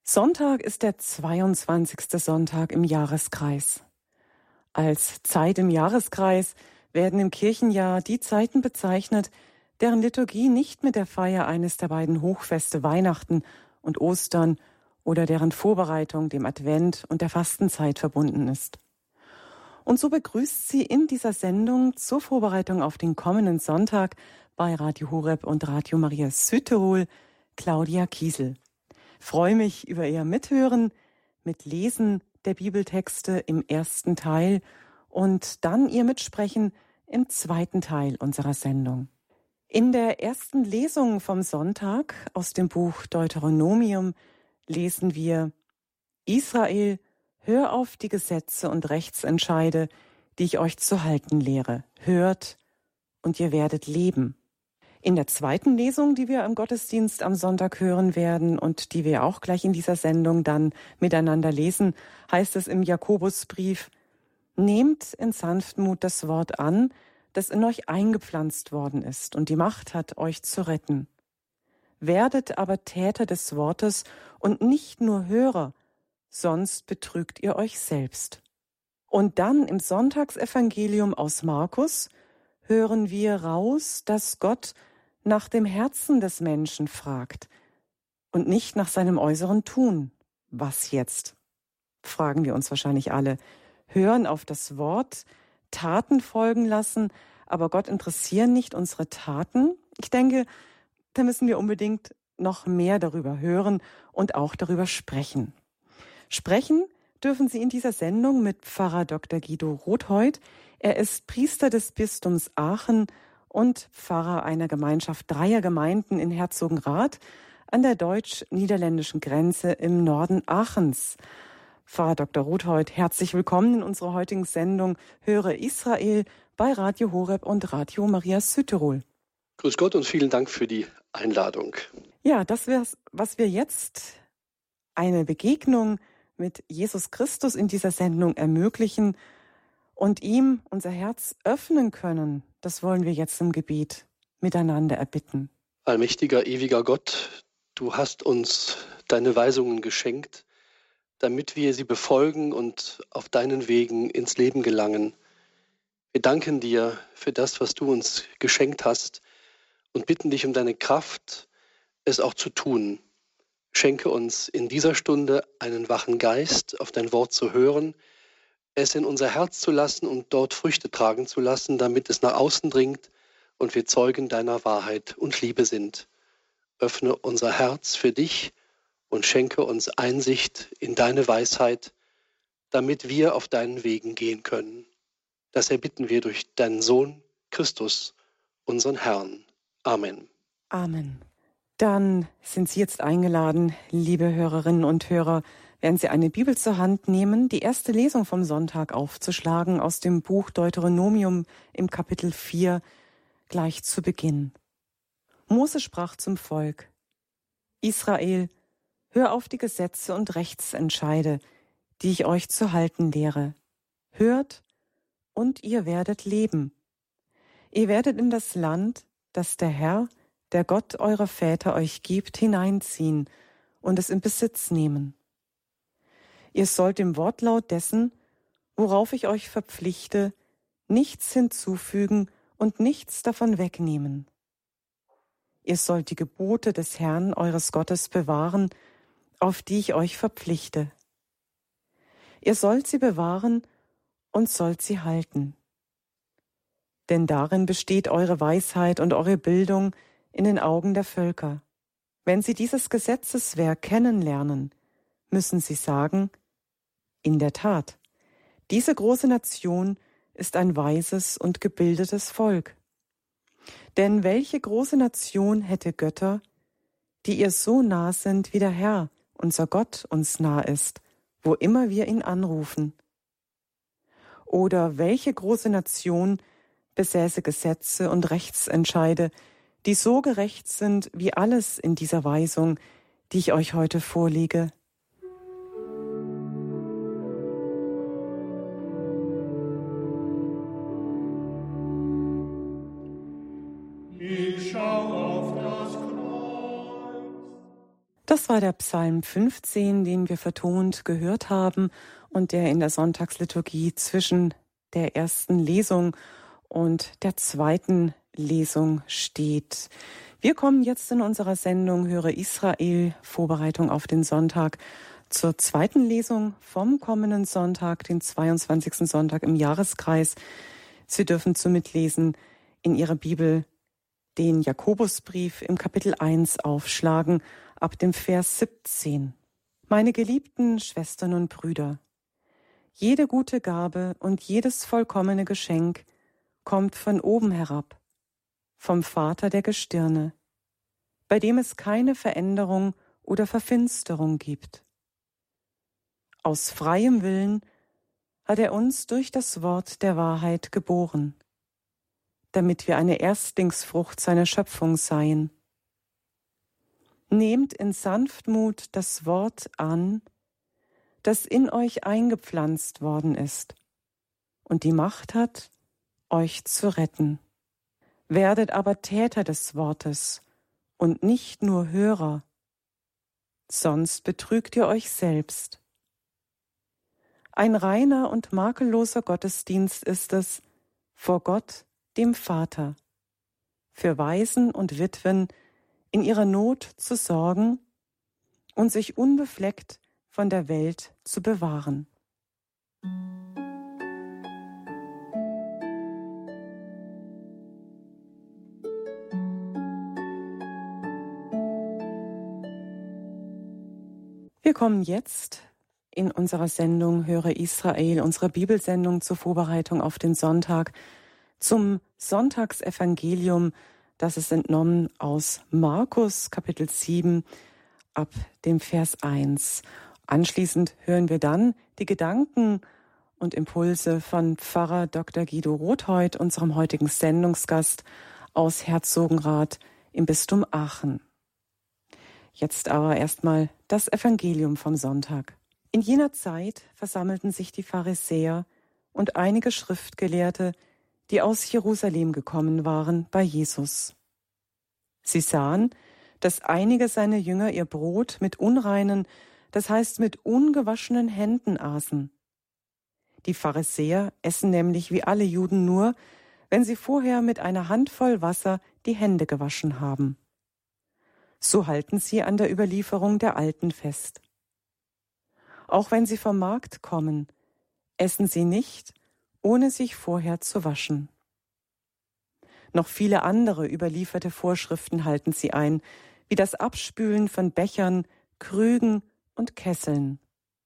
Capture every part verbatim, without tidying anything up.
Sonntag ist der zweiundzwanzigste Sonntag im Jahreskreis. Als Zeit im Jahreskreis werden im Kirchenjahr die Zeiten bezeichnet, deren Liturgie nicht mit der Feier eines der beiden Hochfeste Weihnachten und Ostern oder deren Vorbereitung dem Advent und der Fastenzeit verbunden ist. Und so begrüßt sie in dieser Sendung zur Vorbereitung auf den kommenden Sonntag bei Radio Horeb und Radio Maria Südtirol Claudia Kiesel. Freue mich über Ihr Mithören mit Lesen der Bibeltexte im ersten Teil und dann Ihr Mitsprechen im zweiten Teil unserer Sendung. In der ersten Lesung vom Sonntag aus dem Buch Deuteronomium lesen wir: Israel, hör auf die Gesetze und Rechtsentscheide, die ich euch zu halten lehre. Hört, und ihr werdet leben. In der zweiten Lesung, die wir im Gottesdienst am Sonntag hören werden und die wir auch gleich in dieser Sendung dann miteinander lesen, heißt es im Jakobusbrief: Nehmt in Sanftmut das Wort an, das in euch eingepflanzt worden ist und die Macht hat, euch zu retten. Werdet aber Täter des Wortes und nicht nur Hörer, sonst betrügt ihr euch selbst. Und dann im Sonntagsevangelium aus Markus hören wir raus, dass Gott nach dem Herzen des Menschen fragt und nicht nach seinem äußeren Tun. Was jetzt? Fragen wir uns wahrscheinlich alle. Hören auf das Wort, Taten folgen lassen, aber Gott interessieren nicht unsere Taten? Ich denke, da müssen wir unbedingt noch mehr darüber hören und auch darüber sprechen. Sprechen dürfen Sie in dieser Sendung mit Pfarrer Doktor Guido Rotheuth. Er ist Priester des Bistums Aachen und Pfarrer einer Gemeinschaft dreier Gemeinden in Herzogenrath an der deutsch-niederländischen Grenze im Norden Aachens. Pfarrer Doktor Rotheuth, herzlich willkommen in unserer heutigen Sendung Höre Israel bei Radio Horeb und Radio Maria Südtirol. Grüß Gott und vielen Dank für die Einladung. Ja, das wäre, was wir jetzt, eine Begegnung mit Jesus Christus in dieser Sendung ermöglichen und ihm unser Herz öffnen können. Das wollen wir jetzt im Gebet miteinander erbitten. Allmächtiger, ewiger Gott, du hast uns deine Weisungen geschenkt, damit wir sie befolgen und auf deinen Wegen ins Leben gelangen. Wir danken dir für das, was du uns geschenkt hast und bitten dich um deine Kraft, es auch zu tun. Schenke uns in dieser Stunde einen wachen Geist, auf dein Wort zu hören, es in unser Herz zu lassen und dort Früchte tragen zu lassen, damit es nach außen dringt und wir Zeugen deiner Wahrheit und Liebe sind. Öffne unser Herz für dich und schenke uns Einsicht in deine Weisheit, damit wir auf deinen Wegen gehen können. Das erbitten wir durch deinen Sohn Christus, unseren Herrn. Amen. Amen. Dann sind Sie jetzt eingeladen, liebe Hörerinnen und Hörer, werden Sie eine Bibel zur Hand nehmen, die erste Lesung vom Sonntag aufzuschlagen aus dem Buch Deuteronomium im Kapitel vier, gleich zu Beginn. Mose sprach zum Volk: Israel, hör auf die Gesetze und Rechtsentscheide, die ich euch zu halten lehre. Hört, und ihr werdet leben. Ihr werdet in das Land, das der Herr, der Gott eurer Väter euch gibt, hineinziehen und es in Besitz nehmen. Ihr sollt dem Wortlaut dessen, worauf ich euch verpflichte, nichts hinzufügen und nichts davon wegnehmen. Ihr sollt die Gebote des Herrn eures Gottes bewahren, auf die ich euch verpflichte. Ihr sollt sie bewahren und sollt sie halten. Denn darin besteht eure Weisheit und eure Bildung in den Augen der Völker. Wenn sie dieses Gesetzeswerk kennenlernen, müssen sie sagen: In der Tat, diese große Nation ist ein weises und gebildetes Volk. Denn welche große Nation hätte Götter, die ihr so nah sind, wie der Herr, unser Gott, uns nah ist, wo immer wir ihn anrufen? Oder welche große Nation besäße Gesetze und Rechtsentscheide, die so gerecht sind wie alles in dieser Weisung, die ich euch heute vorlege? Das war der Psalm fünfzehn, den wir vertont gehört haben und der in der Sonntagsliturgie zwischen der ersten Lesung und der zweiten Lesung steht. Wir kommen jetzt in unserer Sendung Höre Israel, Vorbereitung auf den Sonntag, zur zweiten Lesung vom kommenden Sonntag, den zweiundzwanzigsten Sonntag im Jahreskreis. Sie dürfen zum Mitlesen in Ihrer Bibel den Jakobusbrief im Kapitel eins aufschlagen, ab dem Vers siebzehn. Meine geliebten Schwestern und Brüder, jede gute Gabe und jedes vollkommene Geschenk kommt von oben herab, vom Vater der Gestirne, bei dem es keine Veränderung oder Verfinsterung gibt. Aus freiem Willen hat er uns durch das Wort der Wahrheit geboren, damit wir eine Erstlingsfrucht seiner Schöpfung seien. Nehmt in Sanftmut das Wort an, das in euch eingepflanzt worden ist und die Macht hat, euch zu retten. Werdet aber Täter des Wortes und nicht nur Hörer, sonst betrügt ihr euch selbst. Ein reiner und makelloser Gottesdienst ist es vor Gott, dem Vater, für Waisen und Witwen in ihrer Not zu sorgen und sich unbefleckt von der Welt zu bewahren. Wir kommen jetzt in unserer Sendung Höre Israel, unserer Bibelsendung zur Vorbereitung auf den Sonntag, zum Sonntagsevangelium, das ist entnommen aus Markus Kapitel sieben ab dem Vers eins. Anschließend hören wir dann die Gedanken und Impulse von Pfarrer Doktor Guido Rotheuth, unserem heutigen Sendungsgast aus Herzogenrath im Bistum Aachen. Jetzt aber erstmal das Evangelium vom Sonntag. In jener Zeit versammelten sich die Pharisäer und einige Schriftgelehrte, die aus Jerusalem gekommen waren, bei Jesus. Sie sahen, dass einige seiner Jünger ihr Brot mit unreinen, das heißt mit ungewaschenen Händen aßen. Die Pharisäer essen nämlich wie alle Juden nur, wenn sie vorher mit einer Handvoll Wasser die Hände gewaschen haben. So halten sie an der Überlieferung der Alten fest. Auch wenn sie vom Markt kommen, essen sie nicht, ohne sich vorher zu waschen. Noch viele andere überlieferte Vorschriften halten sie ein, wie das Abspülen von Bechern, Krügen und Kesseln.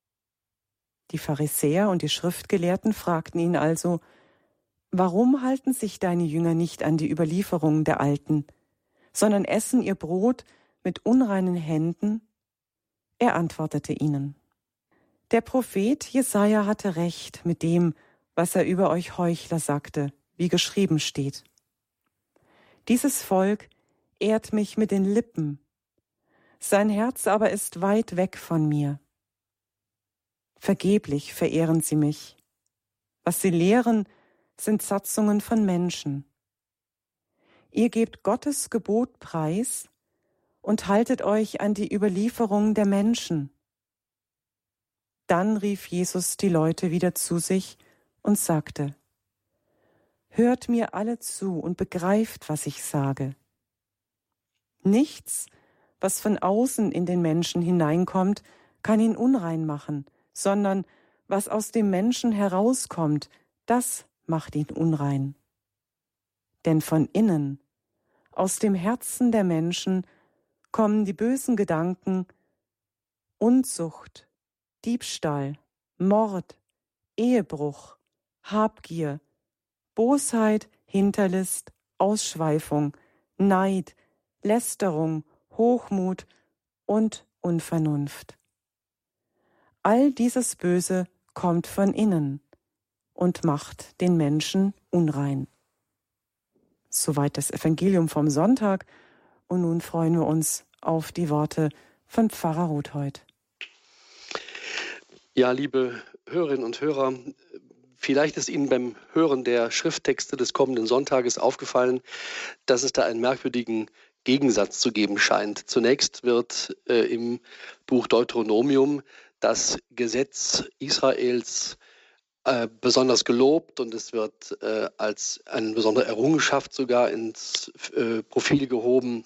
Die Pharisäer und die Schriftgelehrten fragten ihn also: Warum halten sich deine Jünger nicht an die Überlieferungen der Alten, sondern essen ihr Brot mit unreinen Händen? Er antwortete ihnen: Der Prophet Jesaja hatte recht mit dem, was er über euch Heuchler sagte, wie geschrieben steht. Dieses Volk ehrt mich mit den Lippen, sein Herz aber ist weit weg von mir. Vergeblich verehren sie mich. Was sie lehren, sind Satzungen von Menschen. Ihr gebt Gottes Gebot preis und haltet euch an die Überlieferung der Menschen. Dann rief Jesus die Leute wieder zu sich und sagte: Hört mir alle zu und begreift, was ich sage. Nichts, was von außen in den Menschen hineinkommt, kann ihn unrein machen, sondern was aus dem Menschen herauskommt, das macht ihn unrein. Denn von innen, aus dem Herzen der Menschen, kommen die bösen Gedanken, Unzucht, Diebstahl, Mord, Ehebruch, Habgier, Bosheit, Hinterlist, Ausschweifung, Neid, Lästerung, Hochmut und Unvernunft. All dieses Böse kommt von innen und macht den Menschen unrein. Soweit das Evangelium vom Sonntag. Und nun freuen wir uns auf die Worte von Pfarrer Rotheuth. Ja, liebe Hörerinnen und Hörer, vielleicht ist Ihnen beim Hören der Schrifttexte des kommenden Sonntages aufgefallen, dass es da einen merkwürdigen Gegensatz zu geben scheint. Zunächst wird äh, im Buch Deuteronomium das Gesetz Israels äh, besonders gelobt und es wird äh, als eine besondere Errungenschaft sogar ins äh, Profil gehoben.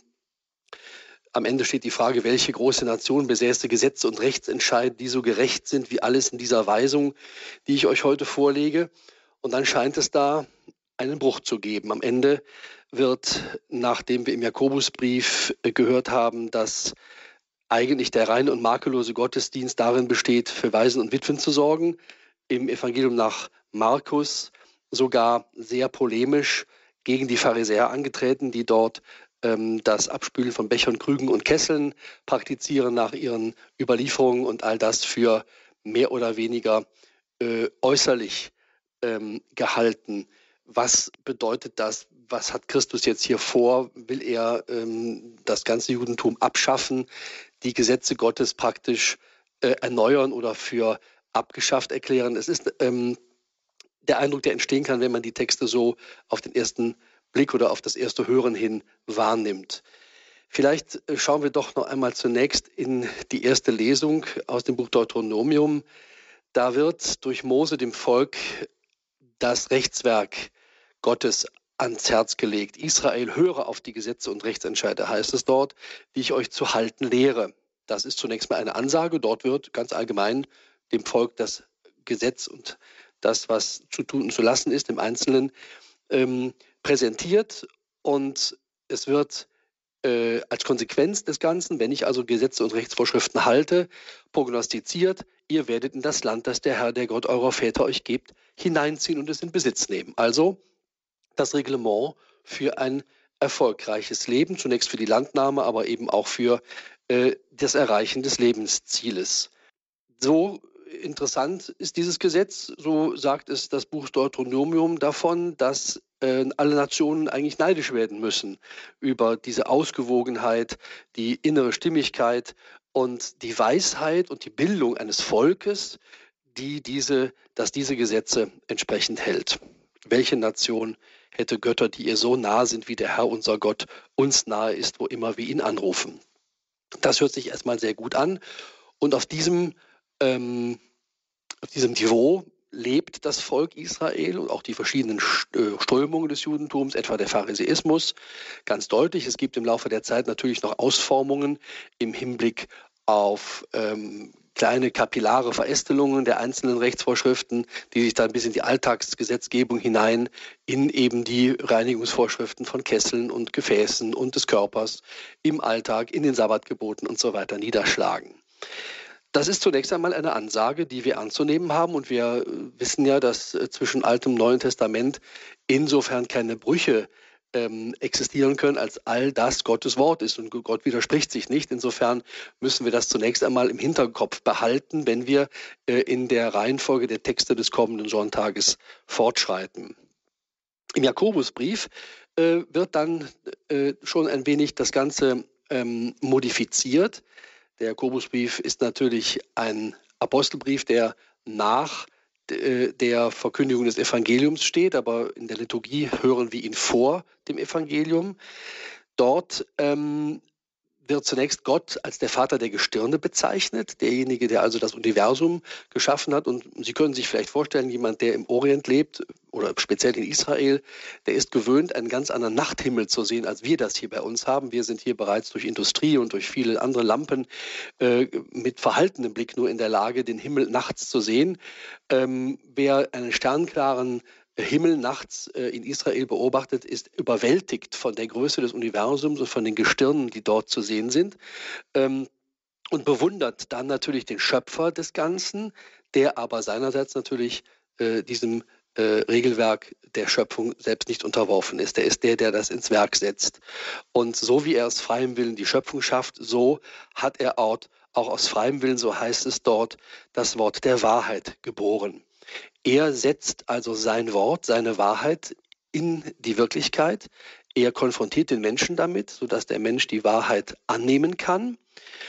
Am Ende steht die Frage, welche große Nation besäße Gesetze und Rechtsentscheide, die so gerecht sind wie alles in dieser Weisung, die ich euch heute vorlege. Und dann scheint es da einen Bruch zu geben. Am Ende wird, nachdem wir im Jakobusbrief gehört haben, dass eigentlich der reine und makellose Gottesdienst darin besteht, für Waisen und Witwen zu sorgen, im Evangelium nach Markus sogar sehr polemisch gegen die Pharisäer angetreten, die dort ähm, das Abspülen von Bechern, Krügen und Kesseln praktizieren nach ihren Überlieferungen und all das für mehr oder weniger äh, äußerlich ähm, gehalten. Was bedeutet das? Was hat Christus jetzt hier vor? Will er ähm, das ganze Judentum abschaffen, die Gesetze Gottes praktisch äh, erneuern oder für abgeschafft erklären? Es ist ähm, der Eindruck, der entstehen kann, wenn man die Texte so auf den ersten Blick oder auf das erste Hören hin wahrnimmt. Vielleicht äh, schauen wir doch noch einmal zunächst in die erste Lesung aus dem Buch Deuteronomium. Da wird durch Mose dem Volk das Rechtswerk Gottes ans Herz gelegt. Israel, höre auf die Gesetze und Rechtsentscheide, heißt es dort, die ich euch zu halten lehre. Das ist zunächst mal eine Ansage. Dort wird ganz allgemein dem Volk das Gesetz und das, was zu tun und zu lassen ist, im Einzelnen ähm, präsentiert. Und es wird äh, als Konsequenz des Ganzen, wenn ich also Gesetze und Rechtsvorschriften halte, prognostiziert, ihr werdet in das Land, das der Herr, der Gott eurer Väter euch gibt, hineinziehen und es in Besitz nehmen. Also das Reglement für ein erfolgreiches Leben, zunächst für die Landnahme, aber eben auch für äh, das Erreichen des Lebenszieles. So interessant ist dieses Gesetz, so sagt es das Buch Deuteronomium davon, dass äh, alle Nationen eigentlich neidisch werden müssen über diese Ausgewogenheit, die innere Stimmigkeit und die Weisheit und die Bildung eines Volkes, die diese, das diese Gesetze entsprechend hält. Welche Nation hätte Götter, die ihr so nahe sind, wie der Herr, unser Gott, uns nahe ist, wo immer wir ihn anrufen? Das hört sich erstmal sehr gut an. Und auf diesem, ähm, auf diesem Niveau lebt das Volk Israel und auch die verschiedenen Strömungen des Judentums, etwa der Pharisäismus, ganz deutlich. Es gibt im Laufe der Zeit natürlich noch Ausformungen im Hinblick auf ähm, kleine kapillare Verästelungen der einzelnen Rechtsvorschriften, die sich dann bis in die Alltagsgesetzgebung hinein in eben die Reinigungsvorschriften von Kesseln und Gefäßen und des Körpers im Alltag, in den Sabbatgeboten und so weiter niederschlagen. Das ist zunächst einmal eine Ansage, die wir anzunehmen haben, und wir wissen ja, dass zwischen Altem und Neuen Testament insofern keine Brüche ähm, existieren können, als all das Gottes Wort ist, und Gott widerspricht sich nicht. Insofern müssen wir das zunächst einmal im Hinterkopf behalten, wenn wir äh, in der Reihenfolge der Texte des kommenden Sonntages fortschreiten. Im Jakobusbrief äh, wird dann äh, schon ein wenig das Ganze ähm, modifiziert. Der Jakobusbrief ist natürlich ein Apostelbrief, der nach der Verkündigung des Evangeliums steht, aber in der Liturgie hören wir ihn vor dem Evangelium. Dort ähm, wird zunächst Gott als der Vater der Gestirne bezeichnet, derjenige, der also das Universum geschaffen hat. Und Sie können sich vielleicht vorstellen, jemand, der im Orient lebt oder speziell in Israel, der ist gewöhnt, einen ganz anderen Nachthimmel zu sehen, als wir das hier bei uns haben. Wir sind hier bereits durch Industrie und durch viele andere Lampen äh, mit verhaltenem Blick nur in der Lage, den Himmel nachts zu sehen. Ähm, wer einen sternklaren Himmel nachts äh, in Israel beobachtet, ist überwältigt von der Größe des Universums und von den Gestirnen, die dort zu sehen sind, ähm, und bewundert dann natürlich den Schöpfer des Ganzen, der aber seinerseits natürlich äh, diesem äh, Regelwerk der Schöpfung selbst nicht unterworfen ist. Er ist der, der das ins Werk setzt. Und so wie er aus freiem Willen die Schöpfung schafft, so hat er auch, auch aus freiem Willen, so heißt es dort, das Wort der Wahrheit geboren. Er setzt also sein Wort, seine Wahrheit in die Wirklichkeit. Er konfrontiert den Menschen damit, sodass der Mensch die Wahrheit annehmen kann.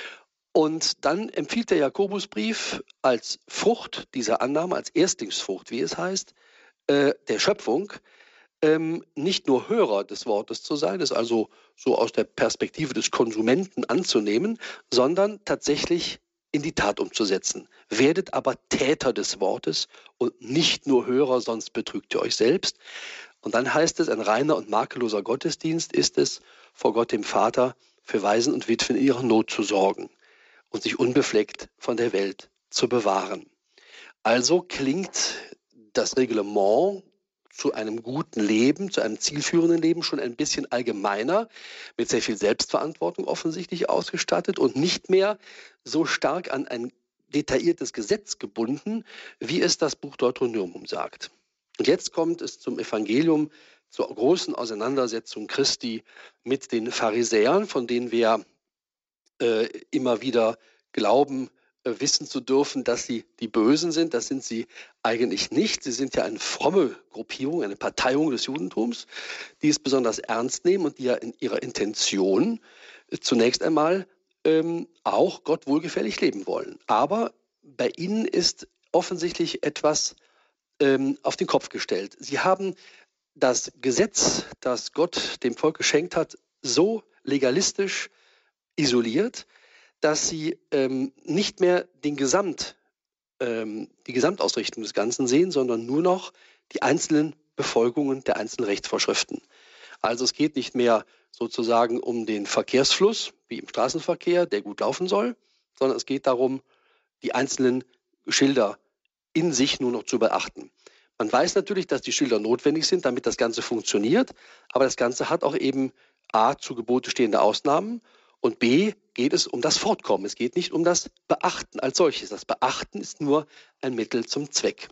Und dann empfiehlt der Jakobusbrief als Frucht dieser Annahme, als Erstlingsfrucht, wie es heißt, äh, der Schöpfung, ähm, nicht nur Hörer des Wortes zu sein, es also so aus der Perspektive des Konsumenten anzunehmen, sondern tatsächlich in die Tat umzusetzen. Werdet aber Täter des Wortes und nicht nur Hörer, sonst betrügt ihr euch selbst. Und dann heißt es, ein reiner und makelloser Gottesdienst ist es, vor Gott dem Vater für Waisen und Witwen in ihrer Not zu sorgen und sich unbefleckt von der Welt zu bewahren. Also klingt das Reglement zu einem guten Leben, zu einem zielführenden Leben schon ein bisschen allgemeiner, mit sehr viel Selbstverantwortung offensichtlich ausgestattet und nicht mehr so stark an ein detailliertes Gesetz gebunden, wie es das Buch Deuteronomium sagt. Und jetzt kommt es zum Evangelium, zur großen Auseinandersetzung Christi mit den Pharisäern, von denen wir äh, immer wieder glauben, äh, wissen zu dürfen, dass sie die Bösen sind. Das sind sie eigentlich nicht. Sie sind ja eine fromme Gruppierung, eine Parteiung des Judentums, die es besonders ernst nehmen und die ja in ihrer Intention äh, zunächst einmal ähm, auch Gott wohlgefällig leben wollen. Aber bei ihnen ist offensichtlich etwas ähm, auf den Kopf gestellt. Sie haben das Gesetz, das Gott dem Volk geschenkt hat, so legalistisch isoliert, dass sie ähm, nicht mehr den Gesamt, ähm, die Gesamtausrichtung des Ganzen sehen, sondern nur noch die einzelnen Befolgungen der einzelnen Rechtsvorschriften. Also es geht nicht mehr sozusagen um den Verkehrsfluss, wie im Straßenverkehr, der gut laufen soll, sondern es geht darum, die einzelnen Schilder in sich nur noch zu beachten. Man weiß natürlich, dass die Schilder notwendig sind, damit das Ganze funktioniert, aber das Ganze hat auch eben A, zu Gebote stehende Ausnahmen und B, geht es um das Fortkommen. Es geht nicht um das Beachten als solches. Das Beachten ist nur ein Mittel zum Zweck.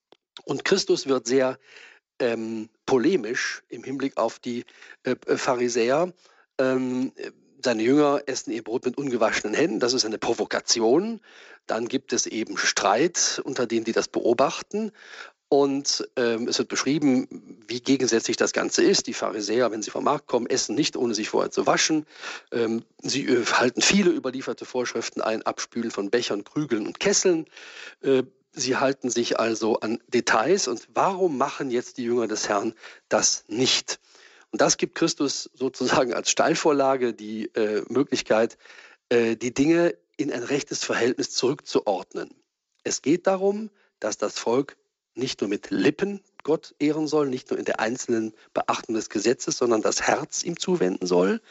Und Christus wird sehr ähm, polemisch im Hinblick auf die äh, Pharisäer. Ähm, seine Jünger essen ihr Brot mit ungewaschenen Händen. Das ist eine Provokation. Dann gibt es eben Streit unter denen, die das beobachten. Und ähm, es wird beschrieben, wie gegensätzlich das Ganze ist. Die Pharisäer, wenn sie vom Markt kommen, essen nicht, ohne sich vorher zu waschen. Ähm, sie äh, halten viele überlieferte Vorschriften ein, Abspülen von Bechern, Krügeln und Kesseln. Äh, sie halten sich also an Details. Und warum machen jetzt die Jünger des Herrn das nicht? Und das gibt Christus sozusagen als Steilvorlage die äh, Möglichkeit, äh, die Dinge in ein rechtes Verhältnis zurückzuordnen. Es geht darum, dass das Volk nicht nur mit Lippen Gott ehren soll, nicht nur in der einzelnen Beachtung des Gesetzes, sondern das Herz ihm zuwenden soll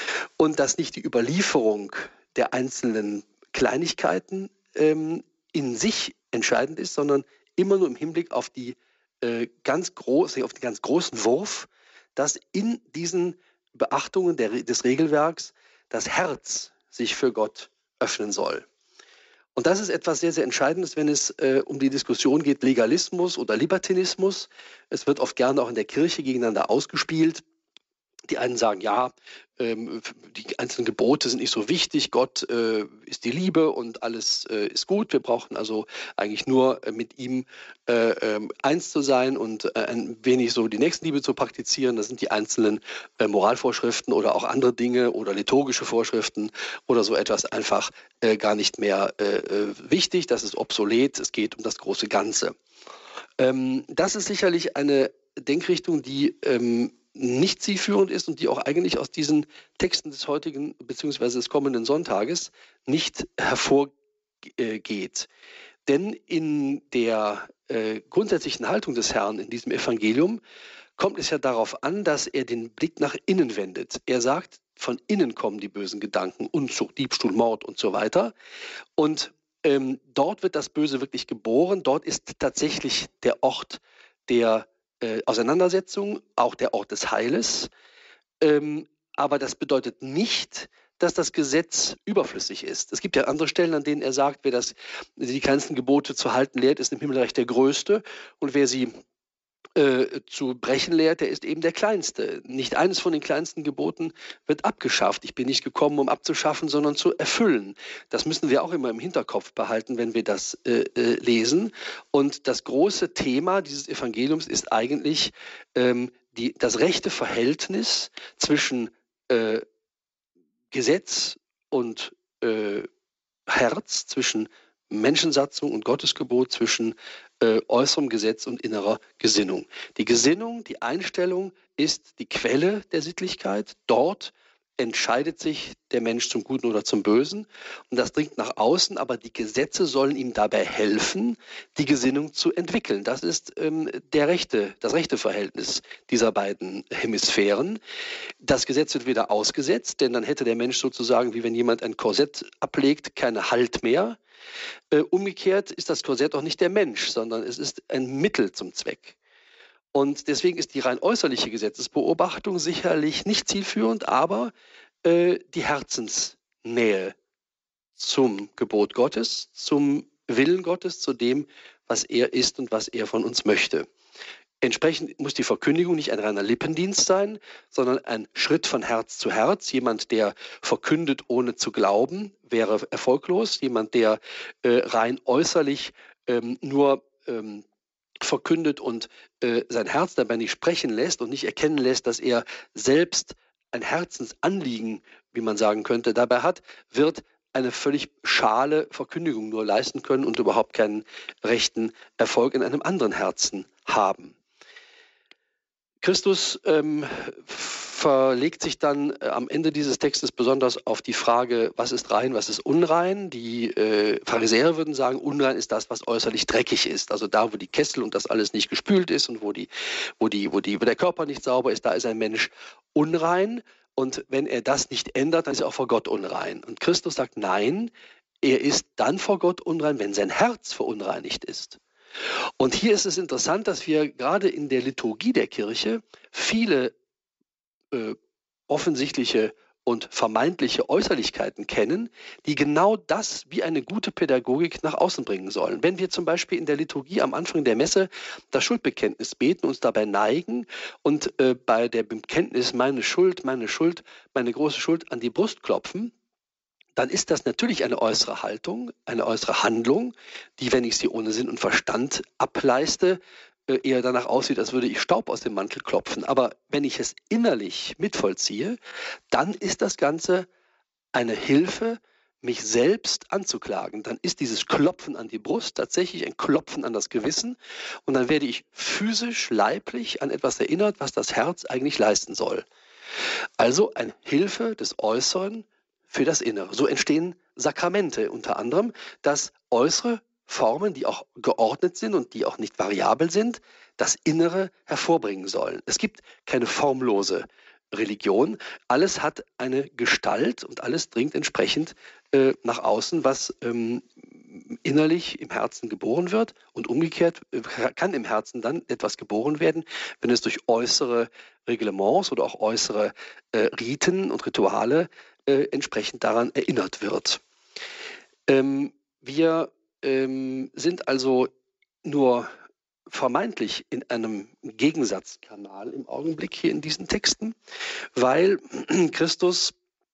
und dass nicht die Überlieferung der einzelnen Kleinigkeiten ähm, in sich entscheidend ist, sondern immer nur im Hinblick auf die äh, ganz groß, auf den ganz großen Wurf, dass in diesen Beachtungen der, des Regelwerks das Herz sich für Gott öffnen soll. Und das ist etwas sehr, sehr Entscheidendes, wenn es äh, um die Diskussion geht, Legalismus oder Libertinismus. Es wird oft gerne auch in der Kirche gegeneinander ausgespielt. Die einen sagen, ja, ähm, die einzelnen Gebote sind nicht so wichtig, Gott äh, ist die Liebe und alles äh, ist gut. Wir brauchen also eigentlich nur äh, mit ihm äh, äh, eins zu sein und äh, ein wenig so die Nächstenliebe zu praktizieren. Das sind die einzelnen äh, Moralvorschriften oder auch andere Dinge oder liturgische Vorschriften oder so etwas einfach äh, gar nicht mehr äh, wichtig. Das ist obsolet. Es geht um das große Ganze. Ähm, das ist sicherlich eine Denkrichtung, die ähm, nicht zielführend ist und die auch eigentlich aus diesen Texten des heutigen bzw. des kommenden Sonntages nicht hervorgeht. Denn in der äh, grundsätzlichen Haltung des Herrn in diesem Evangelium kommt es ja darauf an, dass er den Blick nach innen wendet. Er sagt, von innen kommen die bösen Gedanken, Unzucht, Diebstahl, Mord und so weiter. Und ähm, dort wird das Böse wirklich geboren. Dort ist tatsächlich der Ort der Äh, Auseinandersetzung, auch der Ort des Heiles. Ähm, aber das bedeutet nicht, dass das Gesetz überflüssig ist. Es gibt ja andere Stellen, an denen er sagt, wer das, die kleinsten Gebote zu halten lehrt, ist im Himmelreich der Größte. Und wer sie äh, zu brechen lehrt, der ist eben der Kleinste. Nicht eines von den kleinsten Geboten wird abgeschafft. Ich bin nicht gekommen, um abzuschaffen, sondern zu erfüllen. Das müssen wir auch immer im Hinterkopf behalten, wenn wir das äh, äh, lesen. Und das große Thema dieses Evangeliums ist eigentlich ähm, die, das rechte Verhältnis zwischen äh, Gesetz und äh, Herz, zwischen Menschensatzung und Gottesgebot, zwischen äh, äußerem Gesetz und innerer Gesinnung. Die Gesinnung, die Einstellung ist die Quelle der Sittlichkeit. Dort entscheidet sich der Mensch zum Guten oder zum Bösen. Und das dringt nach außen, aber die Gesetze sollen ihm dabei helfen, die Gesinnung zu entwickeln. Das ist ähm, der rechte, das rechte Verhältnis dieser beiden Hemisphären. Das Gesetz wird wieder ausgesetzt, denn dann hätte der Mensch sozusagen, wie wenn jemand ein Korsett ablegt, keine Halt mehr. Äh, umgekehrt ist das Korsett auch nicht der Mensch, sondern es ist ein Mittel zum Zweck. Und deswegen ist die rein äußerliche Gesetzesbeobachtung sicherlich nicht zielführend, aber äh, die Herzensnähe zum Gebot Gottes, zum Willen Gottes, zu dem, was er ist und was er von uns möchte. Entsprechend muss die Verkündigung nicht ein reiner Lippendienst sein, sondern ein Schritt von Herz zu Herz. Jemand, der verkündet, ohne zu glauben, wäre erfolglos. Jemand, der äh, rein äußerlich ähm, nur ähm, verkündet und äh, sein Herz dabei nicht sprechen lässt und nicht erkennen lässt, dass er selbst ein Herzensanliegen, wie man sagen könnte, dabei hat, wird eine völlig schale Verkündigung nur leisten können und überhaupt keinen rechten Erfolg in einem anderen Herzen haben. Christus ähm, verlegt sich dann äh, am Ende dieses Textes besonders auf die Frage, was ist rein, was ist unrein. Die äh, Pharisäer würden sagen, unrein ist das, was äußerlich dreckig ist. Also da, wo die Kessel und das alles nicht gespült ist und wo, die, wo, die, wo, die, wo der Körper nicht sauber ist, da ist ein Mensch unrein. Und wenn er das nicht ändert, dann ist er auch vor Gott unrein. Und Christus sagt, nein, er ist dann vor Gott unrein, wenn sein Herz verunreinigt ist. Und hier ist es interessant, dass wir gerade in der Liturgie der Kirche viele äh, offensichtliche und vermeintliche Äußerlichkeiten kennen, die genau das wie eine gute Pädagogik nach außen bringen sollen. Wenn wir zum Beispiel in der Liturgie am Anfang der Messe das Schuldbekenntnis beten, uns dabei neigen und äh, bei der Bekenntnis meine Schuld, meine Schuld, meine große Schuld an die Brust klopfen, dann ist das natürlich eine äußere Haltung, eine äußere Handlung, die, wenn ich sie ohne Sinn und Verstand ableiste, eher danach aussieht, als würde ich Staub aus dem Mantel klopfen. Aber wenn ich es innerlich mitvollziehe, dann ist das Ganze eine Hilfe, mich selbst anzuklagen. Dann ist dieses Klopfen an die Brust tatsächlich ein Klopfen an das Gewissen und dann werde ich physisch, leiblich an etwas erinnert, was das Herz eigentlich leisten soll. Also eine Hilfe des Äußeren für das Innere. So entstehen Sakramente unter anderem, dass äußere Formen, die auch geordnet sind und die auch nicht variabel sind, das Innere hervorbringen sollen. Es gibt keine formlose Religion. Alles hat eine Gestalt und alles dringt entsprechend äh, nach außen, was ähm, innerlich im Herzen geboren wird, und umgekehrt äh, kann im Herzen dann etwas geboren werden, wenn es durch äußere Reglements oder auch äußere äh, Riten und Rituale äh, entsprechend daran erinnert wird. Ähm, wir ähm, sind also nur vermeintlich in einem Gegensatzkanal im Augenblick hier in diesen Texten, weil Christus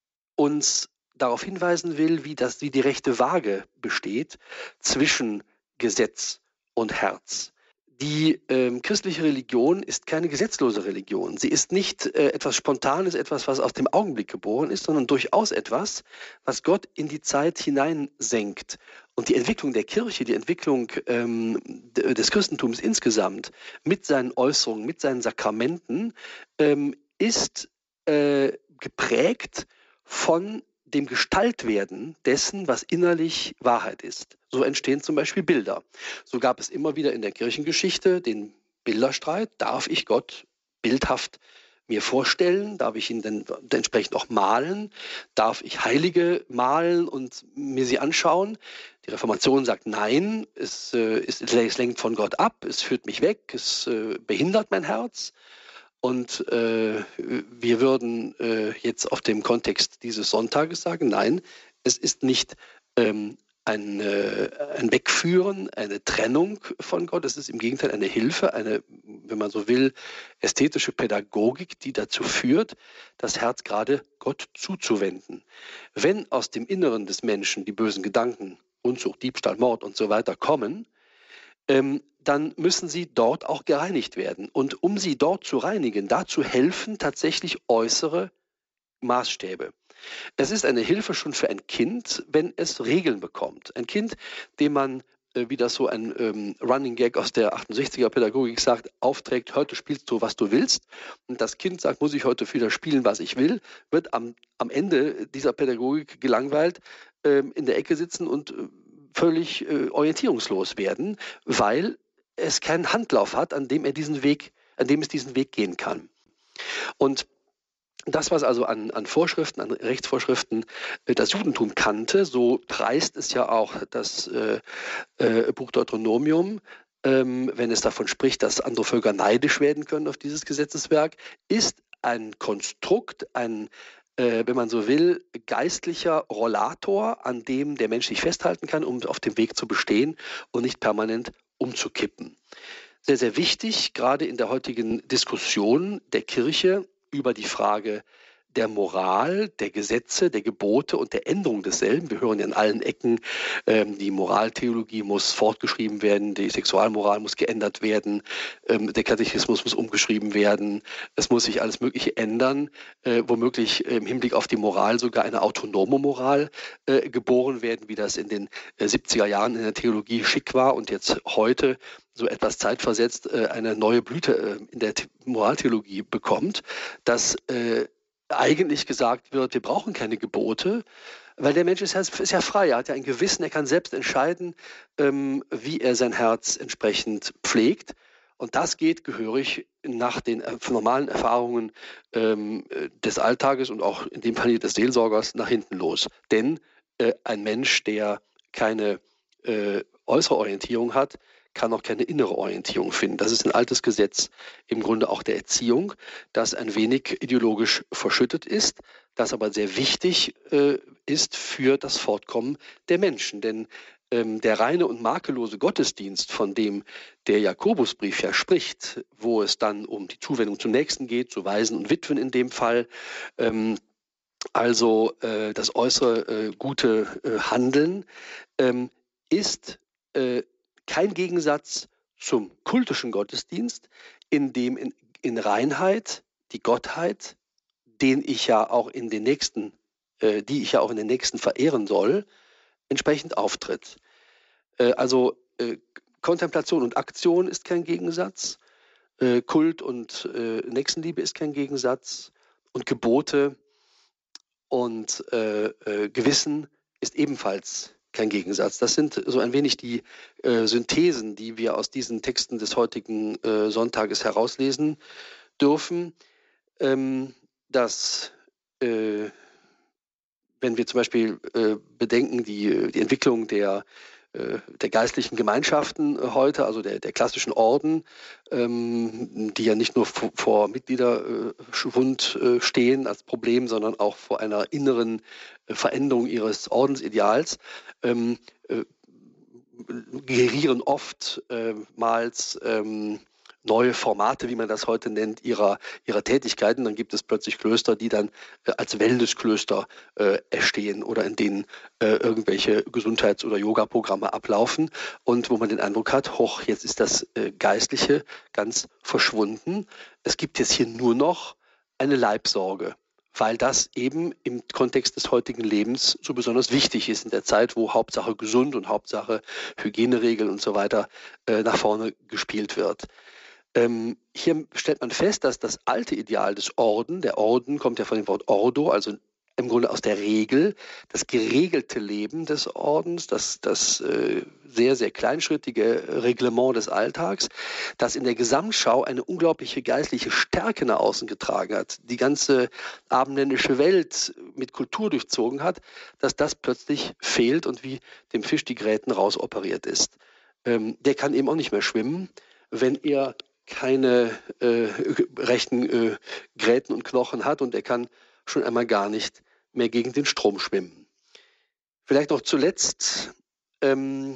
uns darauf hinweisen will, wie, das, wie die rechte Waage besteht zwischen Gesetz und Herz. Die ähm, christliche Religion ist keine gesetzlose Religion. Sie ist nicht äh, etwas Spontanes, etwas, was aus dem Augenblick geboren ist, sondern durchaus etwas, was Gott in die Zeit hineinsenkt. Und die Entwicklung der Kirche, die Entwicklung ähm, des Christentums insgesamt mit seinen Äußerungen, mit seinen Sakramenten, ähm, ist äh, geprägt von dem Gestaltwerden dessen, was innerlich Wahrheit ist. So entstehen zum Beispiel Bilder. So gab es immer wieder in der Kirchengeschichte den Bilderstreit. Darf ich Gott bildhaft mir vorstellen? Darf ich ihn denn entsprechend auch malen? Darf ich Heilige malen und mir sie anschauen? Die Reformation sagt nein, es, äh, es, es lenkt von Gott ab, es führt mich weg, es äh, behindert mein Herz. Und äh, wir würden äh, jetzt auf dem Kontext dieses Sonntages sagen, nein, es ist nicht ähm, ein, äh, ein Wegführen, eine Trennung von Gott, es ist im Gegenteil eine Hilfe, eine, wenn man so will, ästhetische Pädagogik, die dazu führt, das Herz gerade Gott zuzuwenden. Wenn aus dem Inneren des Menschen die bösen Gedanken, Unzucht, Diebstahl, Mord und so weiter kommen, ähm, dann müssen sie dort auch gereinigt werden. Und um sie dort zu reinigen, dazu helfen tatsächlich äußere Maßstäbe. Es ist eine Hilfe schon für ein Kind, wenn es Regeln bekommt. Ein Kind, dem man, äh, wie das so ein ähm, Running Gag aus der achtundsechziger-Pädagogik sagt, aufträgt, heute spielst du, was du willst. Und das Kind sagt, muss ich heute wieder spielen, was ich will, wird am, am Ende dieser Pädagogik gelangweilt ähm, in der Ecke sitzen und äh, völlig äh, orientierungslos werden, weil es keinen Handlauf hat, an dem er diesen Weg, an dem es diesen Weg gehen kann. Und das, was also an, an Vorschriften, an Rechtsvorschriften äh, das Judentum kannte, so preist es ja auch das äh, äh, Buch Deuteronomium, ähm, wenn es davon spricht, dass andere Völker neidisch werden können auf dieses Gesetzeswerk, ist ein Konstrukt, ein, äh, wenn man so will, geistlicher Rollator, an dem der Mensch sich festhalten kann, um auf dem Weg zu bestehen und nicht permanent umzukippen. Sehr, sehr wichtig, gerade in der heutigen Diskussion der Kirche über die Frage der Moral, der Gesetze, der Gebote und der Änderung desselben. Wir hören ja an allen Ecken, ähm, die Moraltheologie muss fortgeschrieben werden, die Sexualmoral muss geändert werden, ähm, der Katechismus muss umgeschrieben werden, es muss sich alles Mögliche ändern, äh, womöglich im Hinblick auf die Moral sogar eine autonome Moral äh, geboren werden, wie das in den äh, siebziger Jahren in der Theologie schick war und jetzt heute so etwas zeitversetzt äh, eine neue Blüte äh, in der The- Moraltheologie bekommt, dass äh, eigentlich gesagt wird, wir brauchen keine Gebote, weil der Mensch ist ja, ist ja frei, er hat ja ein Gewissen, er kann selbst entscheiden, ähm, wie er sein Herz entsprechend pflegt. Und das geht gehörig nach den äh, normalen Erfahrungen ähm, äh, des Alltages und auch in dem Fall des Seelsorgers nach hinten los. Denn äh, ein Mensch, der keine äh, äußere Orientierung hat, kann auch keine innere Orientierung finden. Das ist ein altes Gesetz im Grunde auch der Erziehung, das ein wenig ideologisch verschüttet ist, das aber sehr wichtig äh, ist für das Fortkommen der Menschen. Denn ähm, der reine und makellose Gottesdienst, von dem der Jakobusbrief ja spricht, wo es dann um die Zuwendung zum Nächsten geht, zu Waisen und Witwen in dem Fall, ähm, also äh, das äußere äh, gute äh, Handeln, ähm, ist äh, kein Gegensatz zum kultischen Gottesdienst, in dem in, in Reinheit die Gottheit, den ich ja auch in den nächsten, äh, die ich ja auch in den nächsten verehren soll, entsprechend auftritt. Äh, also äh, Kontemplation und Aktion ist kein Gegensatz, äh, Kult und äh, Nächstenliebe ist kein Gegensatz und Gebote und äh, äh, Gewissen ist ebenfalls kein Gegensatz. Das sind so ein wenig die äh, Synthesen, die wir aus diesen Texten des heutigen äh, Sonntages herauslesen dürfen. Ähm, dass, äh, wenn wir zum Beispiel äh, bedenken, die, die Entwicklung der, äh, der geistlichen Gemeinschaften äh, heute, also der, der klassischen Orden, ähm, die ja nicht nur vor, vor Mitgliederschwund äh, stehen als Problem, sondern auch vor einer inneren äh, Veränderung ihres Ordensideals, ähm, äh, gerieren oftmals ähm, neue Formate, wie man das heute nennt, ihrer, ihrer Tätigkeiten. Dann gibt es plötzlich Klöster, die dann äh, als Wellnessklöster äh, erstehen oder in denen äh, irgendwelche Gesundheits- oder Yoga-Programme ablaufen und wo man den Eindruck hat, hoch, jetzt ist das äh, Geistliche ganz verschwunden. Es gibt jetzt hier nur noch eine Leibsorge, weil das eben im Kontext des heutigen Lebens so besonders wichtig ist in der Zeit, wo Hauptsache gesund und Hauptsache Hygieneregeln und so weiter äh, nach vorne gespielt wird. Ähm, hier stellt man fest, dass das alte Ideal des Orden, der Orden kommt ja von dem Wort Ordo, also im Grunde aus der Regel, das geregelte Leben des Ordens, das, das äh, sehr, sehr kleinschrittige Reglement des Alltags, das in der Gesamtschau eine unglaubliche geistliche Stärke nach außen getragen hat, die ganze abendländische Welt mit Kultur durchzogen hat, dass das plötzlich fehlt und wie dem Fisch die Gräten rausoperiert ist. Ähm, der kann eben auch nicht mehr schwimmen, wenn er keine äh, rechten äh, Gräten und Knochen hat und er kann schon einmal gar nicht mehr gegen den Strom schwimmen. Vielleicht noch zuletzt, ähm,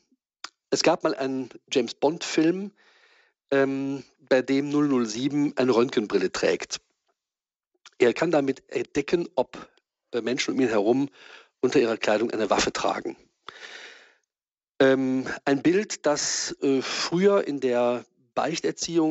es gab mal einen James-Bond-Film, ähm, bei dem null null sieben eine Röntgenbrille trägt. Er kann damit entdecken, ob äh, Menschen um ihn herum unter ihrer Kleidung eine Waffe tragen. Ähm, ein Bild, das äh, früher in der Beichterziehung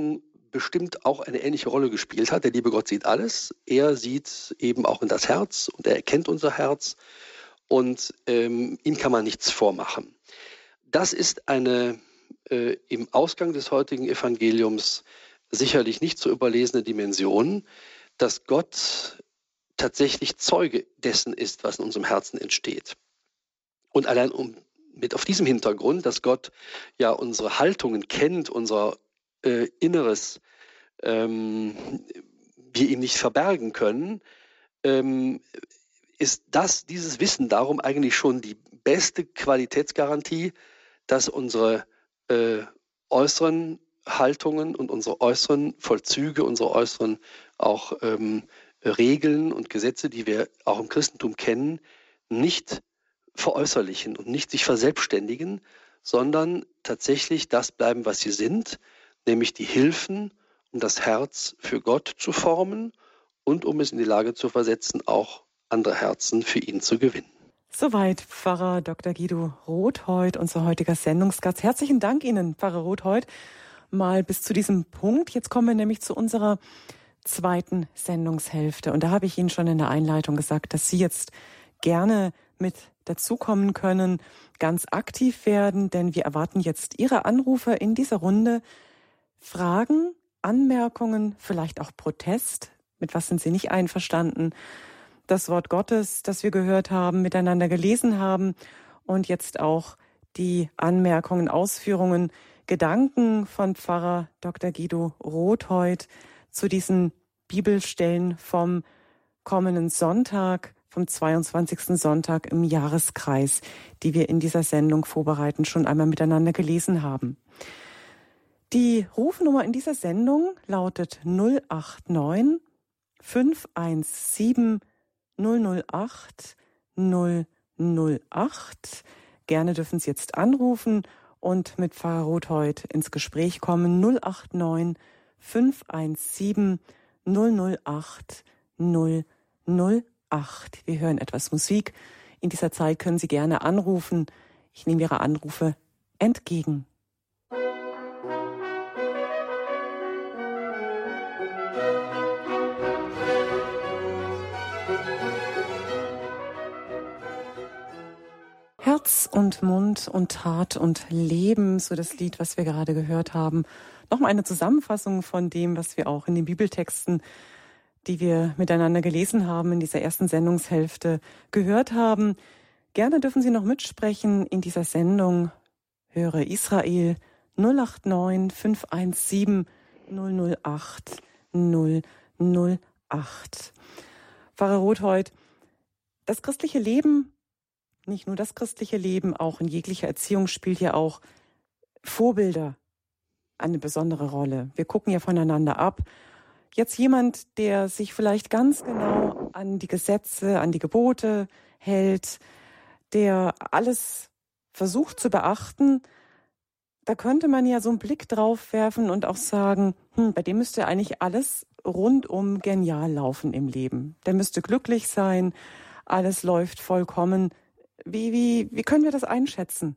bestimmt auch eine ähnliche Rolle gespielt hat. Der liebe Gott sieht alles. Er sieht eben auch in das Herz und er erkennt unser Herz und ähm, ihm kann man nichts vormachen. Das ist eine äh, im Ausgang des heutigen Evangeliums sicherlich nicht zu überlesene Dimension, dass Gott tatsächlich Zeuge dessen ist, was in unserem Herzen entsteht. Und allein um, mit auf diesem Hintergrund, dass Gott ja unsere Haltungen kennt, unser äh, Inneres, ähm, wir ihm nicht verbergen können, ähm, ist das, dieses Wissen darum eigentlich schon die beste Qualitätsgarantie, dass unsere äh, äußeren Haltungen und unsere äußeren Vollzüge, unsere äußeren auch ähm, Regeln und Gesetze, die wir auch im Christentum kennen, nicht veräußerlichen und nicht sich verselbstständigen, sondern tatsächlich das bleiben, was sie sind, nämlich die Hilfen, um das Herz für Gott zu formen und um es in die Lage zu versetzen, auch andere Herzen für ihn zu gewinnen. Soweit Pfarrer Doktor Guido Rotheuth, unser heutiger Sendungsgast. Herzlichen Dank Ihnen, Pfarrer Rotheuth, mal bis zu diesem Punkt. Jetzt kommen wir nämlich zu unserer zweiten Sendungshälfte. Und da habe ich Ihnen schon in der Einleitung gesagt, dass Sie jetzt gerne mit dazukommen können, ganz aktiv werden, denn wir erwarten jetzt Ihre Anrufe in dieser Runde. Fragen, Anmerkungen, vielleicht auch Protest. Mit was sind Sie nicht einverstanden? Das Wort Gottes, das wir gehört haben, miteinander gelesen haben und jetzt auch die Anmerkungen, Ausführungen, Gedanken von Pfarrer Doktor Guido Rotheuth zu diesen Bibelstellen vom kommenden Sonntag, vom zweiundzwanzigsten Sonntag im Jahreskreis, die wir in dieser Sendung vorbereiten, schon einmal miteinander gelesen haben. Die Rufnummer in dieser Sendung lautet null acht neun fünf eins sieben null null acht null null acht. Gerne dürfen Sie jetzt anrufen und mit Pfarrer Rotheuth ins Gespräch kommen. null acht neun fünf eins sieben null null acht null null acht. Wir hören etwas Musik. In dieser Zeit können Sie gerne anrufen. Ich nehme Ihre Anrufe entgegen. Herz und Mund und Tat und Leben, so das Lied, was wir gerade gehört haben. Nochmal eine Zusammenfassung von dem, was wir auch in den Bibeltexten, die wir miteinander gelesen haben, in dieser ersten Sendungshälfte gehört haben. Gerne dürfen Sie noch mitsprechen in dieser Sendung. Höre Israel null acht neun fünf eins sieben null null acht null null acht. Pfarrer Rotheuth, das christliche Leben, nicht nur das christliche Leben, auch in jeglicher Erziehung spielt ja auch Vorbilder eine besondere Rolle. Wir gucken ja voneinander ab. Jetzt jemand, der sich vielleicht ganz genau an die Gesetze, an die Gebote hält, der alles versucht zu beachten, da könnte man ja so einen Blick drauf werfen und auch sagen, hm, bei dem müsste eigentlich alles rundum genial laufen im Leben. Der müsste glücklich sein, alles läuft vollkommen. Wie, wie, wie können wir das einschätzen?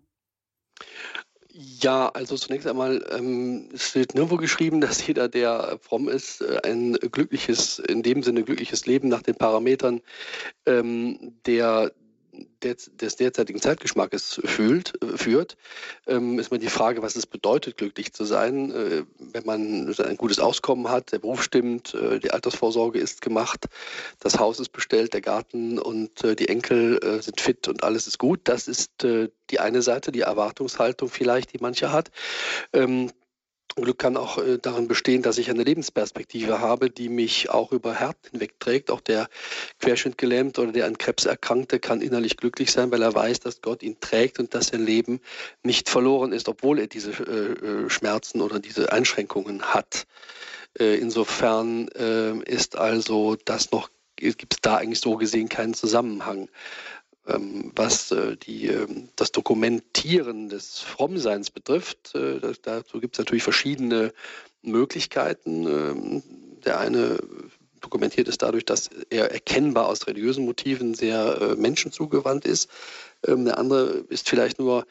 Ja, also zunächst einmal, ähm, es steht nirgendwo geschrieben, dass jeder, der fromm ist, äh, ein glückliches, in dem Sinne glückliches Leben nach den Parametern ähm, der, der, des derzeitigen Zeitgeschmackes fühlt, äh, führt. Ähm, ist mal die Frage, was es bedeutet, glücklich zu sein, äh, wenn man ein gutes Auskommen hat, der Beruf stimmt, äh, die Altersvorsorge ist gemacht, das Haus ist bestellt, der Garten und äh, die Enkel äh, sind fit und alles ist gut. Das ist äh, die eine Seite, die Erwartungshaltung vielleicht, die mancher hat. Ähm, Glück kann auch äh, darin bestehen, dass ich eine Lebensperspektive habe, die mich auch über Härten hinwegträgt. Auch der querschnittgelähmte oder der an Krebs erkrankte kann innerlich glücklich sein, weil er weiß, dass Gott ihn trägt und dass sein Leben nicht verloren ist, obwohl er diese äh, Schmerzen oder diese Einschränkungen hat. Äh, insofern äh, ist also das noch, gibt es da eigentlich so gesehen keinen Zusammenhang. Was die, das Dokumentieren des Frommseins betrifft, das, dazu gibt es natürlich verschiedene Möglichkeiten. Der eine dokumentiert es dadurch, dass er erkennbar aus religiösen Motiven sehr menschenzugewandt ist. Der andere ist vielleicht nur